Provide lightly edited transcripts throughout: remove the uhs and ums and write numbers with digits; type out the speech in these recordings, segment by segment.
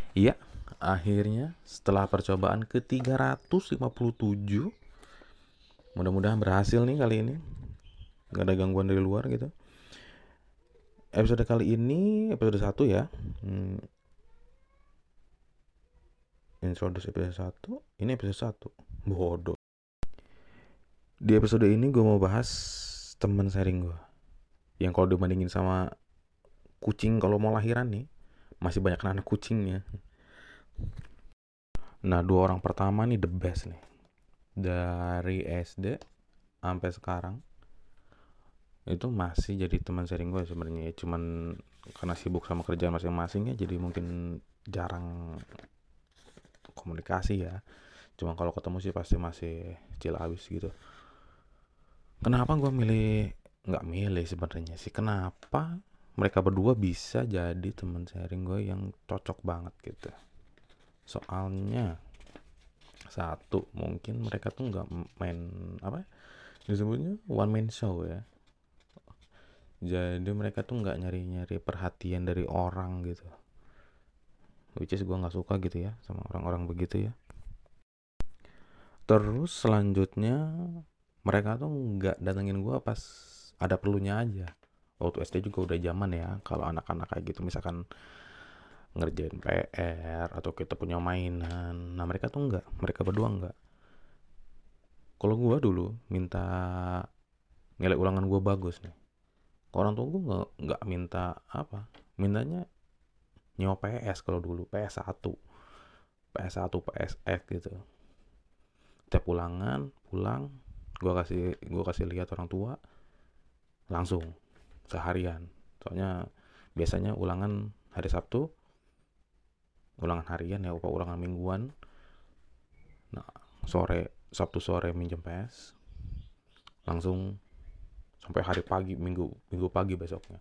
Iya, akhirnya setelah percobaan ke-357, mudah-mudahan berhasil nih kali ini. Gak ada gangguan dari luar gitu. Episode kali ini episode 1 ya. Introduce episode 1. Ini episode 1. Bodoh. Di episode ini gue mau bahas teman sharing gue. Yang kalau dibandingin sama kucing kalau mau lahiran nih, masih banyak anak kucingnya. Nah, dua orang pertama nih the best nih. Dari SD sampai sekarang itu masih jadi teman sharing gue sebenarnya, cuman karena sibuk sama kerjaan masing-masing ya, jadi mungkin jarang komunikasi ya. Cuma kalau ketemu sih pasti masih chill abis gitu. Kenapa gue nggak milih sebenarnya sih, kenapa mereka berdua bisa jadi teman sharing gue yang cocok banget gitu. Soalnya satu, mungkin mereka tuh nggak main apa ya, disebutnya one man show ya. Jadi mereka tuh nggak nyari-nyari perhatian dari orang gitu. Which is gue nggak suka gitu ya sama orang-orang begitu ya. Terus selanjutnya mereka tuh nggak datengin gue pas ada perlunya aja. Waktu SD juga udah zaman ya kalau anak-anak kayak gitu, misalkan ngerjain PR atau kita punya mainan. Nah mereka tuh nggak, mereka berdua nggak. Kalau gue dulu minta nilai ulangan gue bagus nih, orang tua gue nggak minta apa, mintanya nyewa PS. Kalau dulu PS1, PSX gitu. Tiap ulangan pulang, gue kasih lihat orang tua langsung seharian. Soalnya biasanya ulangan hari Sabtu, ulangan harian ya, ulangan mingguan. Nah, Sabtu sore minjem PS, langsung sampai hari pagi, minggu pagi besoknya.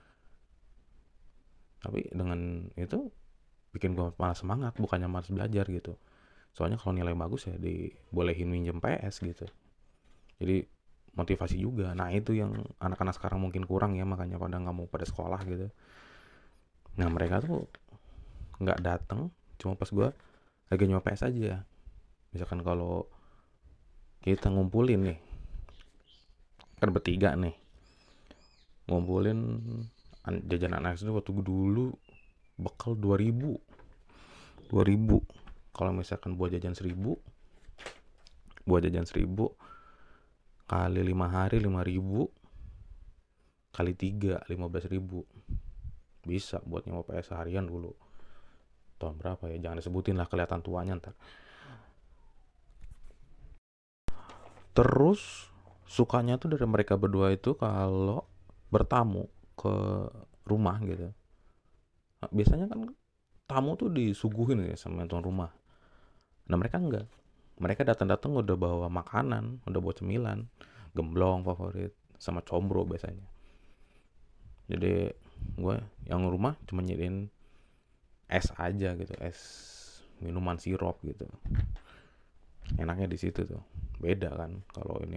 Tapi dengan itu bikin gue malah semangat, bukannya malas belajar gitu. Soalnya kalau nilai bagus ya dibolehin minjem PS gitu. Jadi motivasi juga. Nah itu yang anak-anak sekarang mungkin kurang ya, makanya pada nggak mau pada sekolah gitu. Nah mereka tuh nggak datang, cuma pas gue lagi nyoba PS aja. Misalkan kalau kita ngumpulin nih, kan bertiga nih, ngumpulin jajan anak itu waktu dulu bekal 2000. Kalau misalkan buat jajan 1000 kali 5 hari 5000 kali 3 15.000, bisa buat nyewa PS seharian dulu. Tahun berapa ya, jangan disebutin lah, kelihatan tuanya ntar. Terus sukanya tuh dari mereka berdua itu kalau bertamu ke rumah gitu. Nah, biasanya kan tamu tuh disuguhin ya sama tuan rumah. Nah mereka enggak, mereka datang-datang udah bawa makanan, udah bawa cemilan, gemblong favorit sama combro biasanya. Jadi gue yang rumah cuma nyediain es aja gitu, es minuman sirup gitu. Enaknya di situ tuh, beda kan kalau ini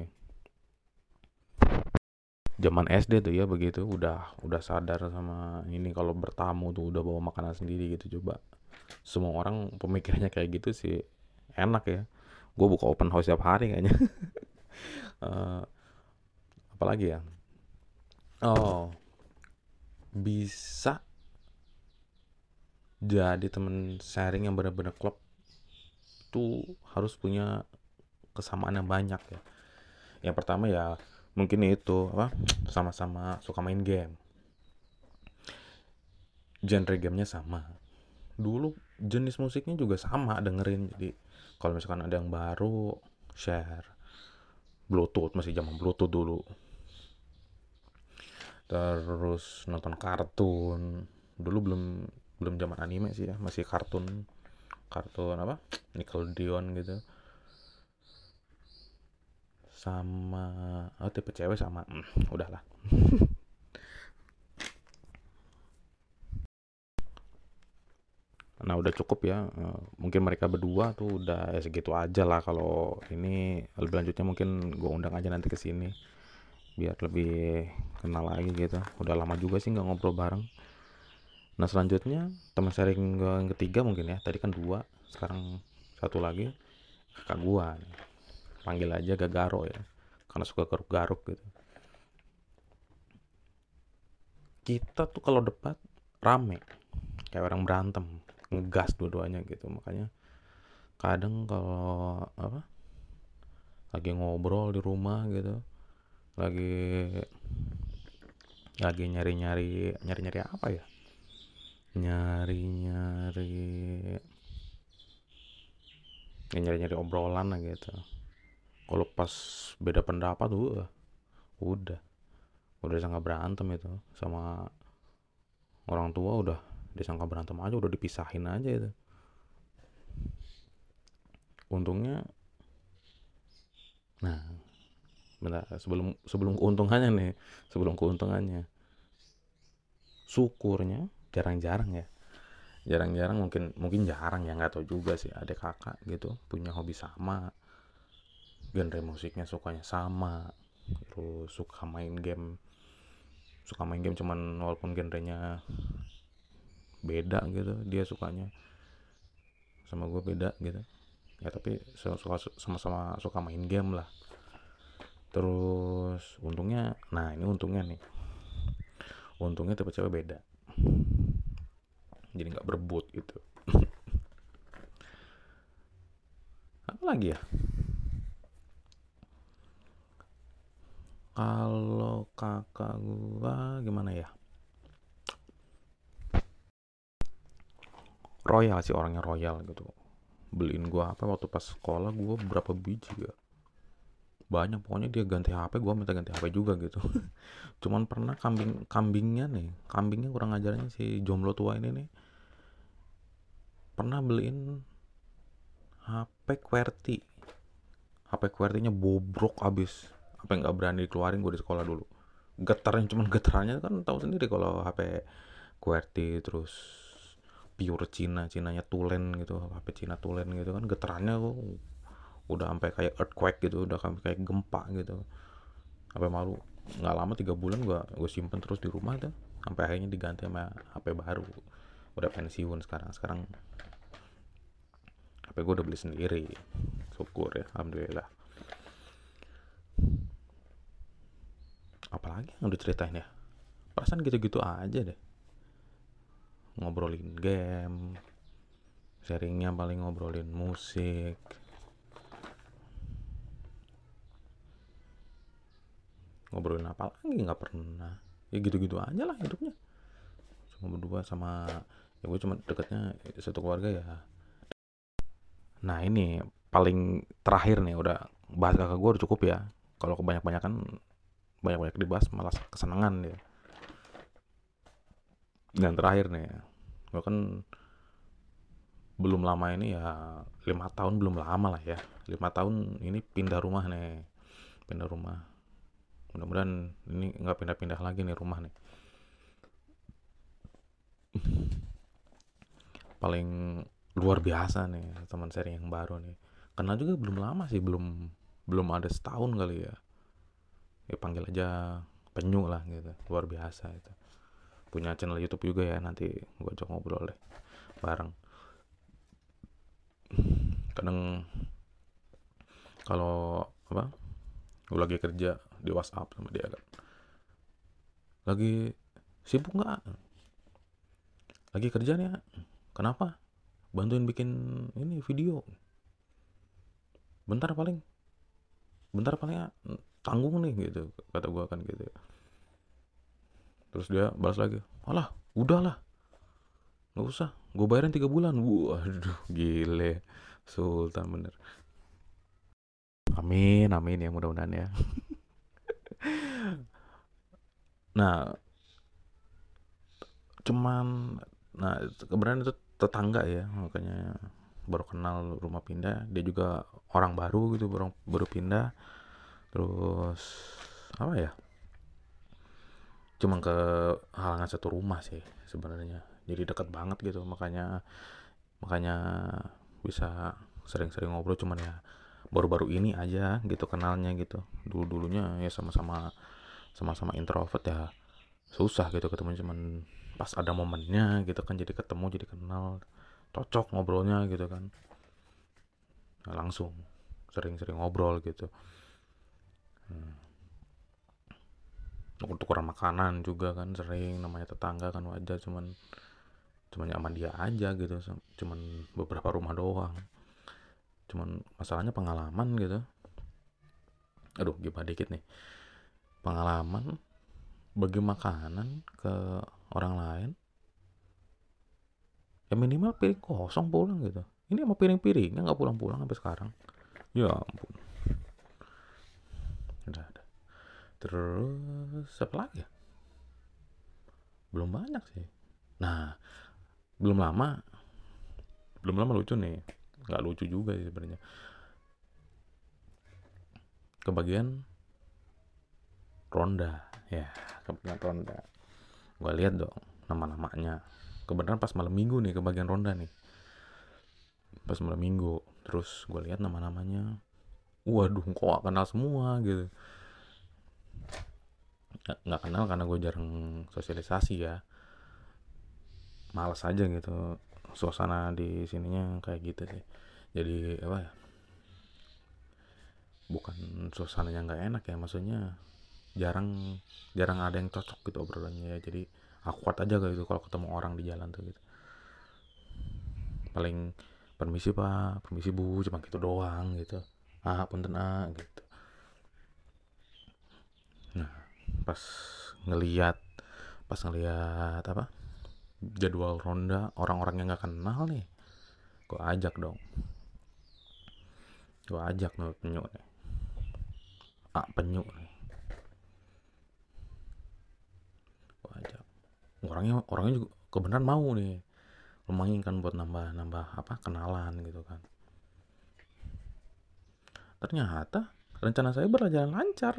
zaman SD tuh ya begitu, udah sadar sama ini, kalau bertamu tuh udah bawa makanan sendiri gitu. Coba semua orang pemikirannya kayak gitu sih, enak ya. Gue buka open house tiap hari kayaknya. uh, Apalagi ya, oh, bisa jadi temen sharing yang benar-benar klop tuh harus punya kesamaan yang banyak ya. Yang pertama ya mungkin itu apa, sama-sama suka main game, genre gamenya sama, dulu jenis musiknya juga sama dengerin. Jadi kalau misalkan ada yang baru, share. Bluetooth, masih zaman Bluetooth dulu. Terus nonton kartun, dulu belum belum zaman anime sih ya, masih kartun. Kartun apa, Nickelodeon gitu. Sama tipe cewek sama, udahlah. Nah udah cukup ya. Mungkin mereka berdua tuh udah ya segitu aja lah. Kalau ini lebih lanjutnya mungkin gue undang aja nanti ke sini biar lebih kenal lagi gitu. Udah lama juga sih nggak ngobrol bareng. Nah selanjutnya teman sharing gue yang ketiga mungkin ya, tadi kan dua, sekarang satu lagi kakak gua nih. Panggil aja Gagaro ya, karena suka garuk-garuk gitu. Kita tuh kalau debat rame kayak orang berantem, ngegas dua-duanya gitu. Makanya kadang kalau apa lagi ngobrol di rumah gitu, lagi nyari-nyari apa ya, nyari-nyari nyari-nyari obrolan lah gitu. Kalau pas beda pendapat tuh udah disangka berantem itu sama orang tua, udah disangka berantem aja, udah dipisahin aja itu. Untungnya, nah bentar, sebelum keuntungannya nih, syukurnya jarang-jarang ya, jarang-jarang, mungkin jarang ya, nggak tahu juga sih, ada kakak gitu punya hobi sama, genre musiknya sukanya sama, terus suka main game cuman walaupun genrenya beda gitu, dia sukanya sama gue beda gitu ya, tapi sama-sama suka main game lah. Terus untungnya, nah ini untungnya tipe cewek beda, jadi nggak berebut gitu. Apa lagi ya, kalau kakak gua gimana ya, royal sih, orangnya royal gitu. Beliin gua apa waktu pas sekolah, gua berapa biji ya, banyak pokoknya. Dia ganti HP, gua minta ganti HP juga gitu. Cuman pernah kambingnya kurang ajarnya si jomblo tua ini nih, pernah beliin HP QWERTY nya bobrok abis, apa nggak berani dikeluarin gue di sekolah dulu. Getarannya kan tahu sendiri kalau HP QWERTY, terus pure Cinanya Tulen gitu, HP Cina Tulen gitu kan, getarannya kok udah sampai kayak earthquake gitu, udah sampai kayak gempa gitu. Sampai malu, nggak lama 3 bulan gue simpen terus di rumah tuh, sampai akhirnya diganti sama HP baru. Udah pensiun sekarang HP gue udah beli sendiri, syukur ya, alhamdulillah. Apalagi yang udah ceritain ya, perasaan gitu-gitu aja deh, ngobrolin game, sharingnya paling ngobrolin musik. Ngobrolin apa lagi, nggak pernah. Ya gitu-gitu aja lah hidupnya, cuma berdua sama ya, gue cuma deketnya satu keluarga ya. Nah ini paling terakhir nih, udah bahas kakak gue udah cukup ya. Kalau banyak dibahas malah kesenangan dia. Dan terakhir nih, gue kan belum lama ini ya, 5 tahun belum lama lah ya, 5 tahun ini pindah rumah nih, pindah rumah. Mudah-mudahan ini nggak pindah-pindah lagi nih rumah nih. Paling luar biasa nih teman sharing yang baru nih, kenal juga belum lama sih, belum belum ada setahun kali ya. Ya panggil aja Penyu lah gitu, luar biasa itu. Punya channel YouTube juga ya, nanti gue ajak ngobrol deh bareng. Kadang kalau apa, gue lagi kerja di WhatsApp sama dia kan, lagi sibuk nggak, lagi kerja nih ya, kenapa, bantuin bikin ini video, bentar paling ya, tanggung nih gitu, kata gue kan gitu. Terus dia balas lagi, alah udahlah, nggak usah, gue bayarin 3 bulan. Waduh gile, sultan bener. Amin amin ya, mudah-mudahan ya. Nah cuman, nah kebenaran itu tetangga ya, makanya baru kenal, rumah pindah, dia juga orang baru gitu, baru pindah. Terus apa ya, cuma ke halangan satu rumah sih sebenarnya, jadi dekat banget gitu, makanya makanya bisa sering-sering ngobrol. Cuman ya baru-baru ini aja gitu kenalnya gitu, dulunya ya sama-sama introvert ya, susah gitu ketemu. Cuman pas ada momennya gitu kan, jadi ketemu, jadi kenal, cocok ngobrolnya gitu kan. Nah, langsung sering-sering ngobrol gitu. Tuker-tukeran makanan juga kan sering, namanya tetangga kan wajar, cuman nyaman dia aja gitu, cuman beberapa rumah doang. Cuman masalahnya pengalaman gitu. Aduh, gimana dikit nih. Pengalaman bagi makanan ke orang lain, ya minimal piring kosong pulang gitu. Ini sama piring-piringnya nggak pulang-pulang sampai sekarang. Ya ampun. Udah. Terus apa lagi ya? Belum banyak sih. Nah, belum lama, lucu nih. Nggak lucu juga sih sebenarnya. Kebagian ronda, ya, kebagian ronda. Gue lihat dong nama-namanya. Kebenaran pas malam minggu nih kebagian ronda nih. Pas malam minggu, terus gue lihat nama-namanya. Waduh, kok gak kenal semua gitu. Nggak kenal karena gue jarang sosialisasi ya. Males aja gitu. Suasana di sininya kayak gitu sih. Jadi apa ya? Bukan suasananya nggak enak ya, maksudnya jarang jarang ada yang cocok gitu obrolannya ya. Jadi awkward aja gitu kalau ketemu orang di jalan tuh gitu. Paling permisi pak, permisi bu, cuma gitu doang gitu. Punten gitu. Nah, pas ngeliat apa jadwal ronda orang-orang yang nggak kenal nih, gue ajak dong, gue ajak nih penyu nih, penyu nih, gue ajak. Orangnya juga kebenaran mau nih, lumayan kan buat nambah apa kenalan gitu kan. Ternyata rencana saya berjalan lancar.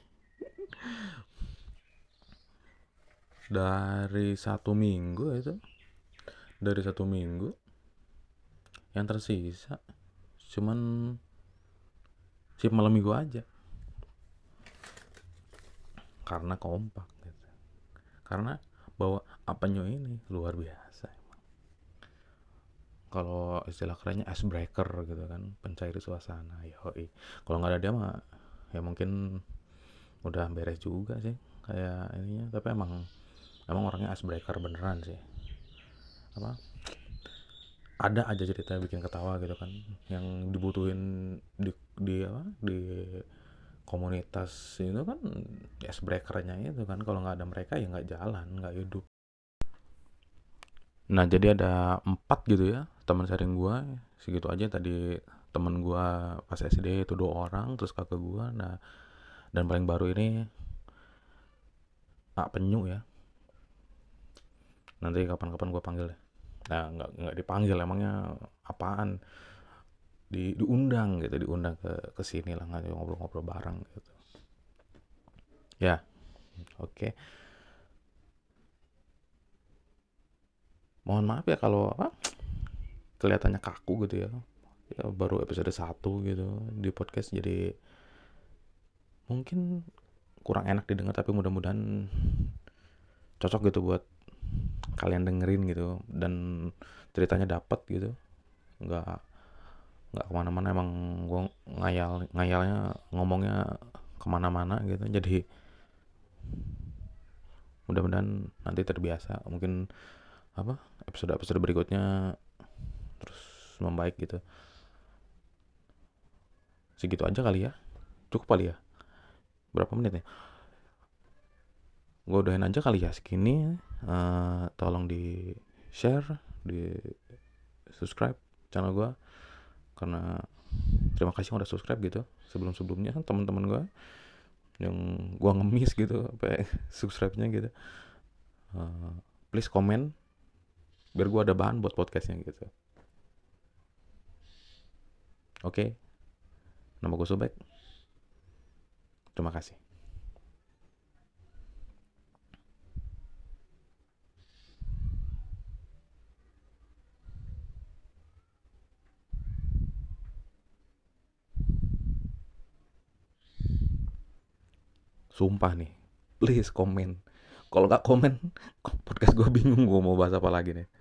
Dari satu minggu itu, dari satu minggu yang tersisa cuman sip malam minggu aja, karena kompak gitu. Karena bawa apanya ini luar biasa. Kalau istilah kerennya icebreaker gitu kan, pencair suasana. Yoi. Kalau nggak ada dia mah ya mungkin udah beres juga sih kayak ininya. Tapi emang orangnya icebreaker beneran sih. Apa? Ada aja cerita bikin ketawa gitu kan, yang dibutuhin di komunitas itu kan, icebreakernya itu kan. Kalau nggak ada mereka ya nggak jalan, nggak hidup. Nah, jadi ada 4 gitu ya teman sharing gua, segitu aja tadi. Temen gua pas SD itu 2 orang, terus kakak gua. Nah, dan paling baru ini penyu ya. Nanti kapan-kapan gua panggil deh. Nah, nggak dipanggil, emangnya apaan? Diundang gitu, diundang ke sini lah, nggak ngobrol-ngobrol bareng gitu. Ya, oke. Mohon maaf ya kalau kelihatannya kaku gitu ya. Ya baru episode 1 gitu di podcast, jadi mungkin kurang enak didengar, tapi mudah-mudahan cocok gitu buat kalian dengerin gitu, dan ceritanya dapat gitu, nggak nggak kemana-mana. Emang gue ngayalnya ngomongnya kemana-mana gitu, jadi mudah-mudahan nanti terbiasa, mungkin apa episode berikutnya terus membaik gitu. Segitu aja kali ya, cukup kali ya, berapa menit ya, gue udahin aja kali ya segini. Tolong di share, di subscribe channel gue, karena terima kasih udah subscribe gitu. Sebelumnya kan teman-teman gue yang gue ngemis gitu sampai subscribe-nya gitu. Please komen biar gue ada bahan buat podcastnya gitu. Oke, nama gue Sobek. Terima kasih. Sumpah nih, please komen. Kalau nggak komen, podcast gue bingung gue mau bahas apa lagi nih.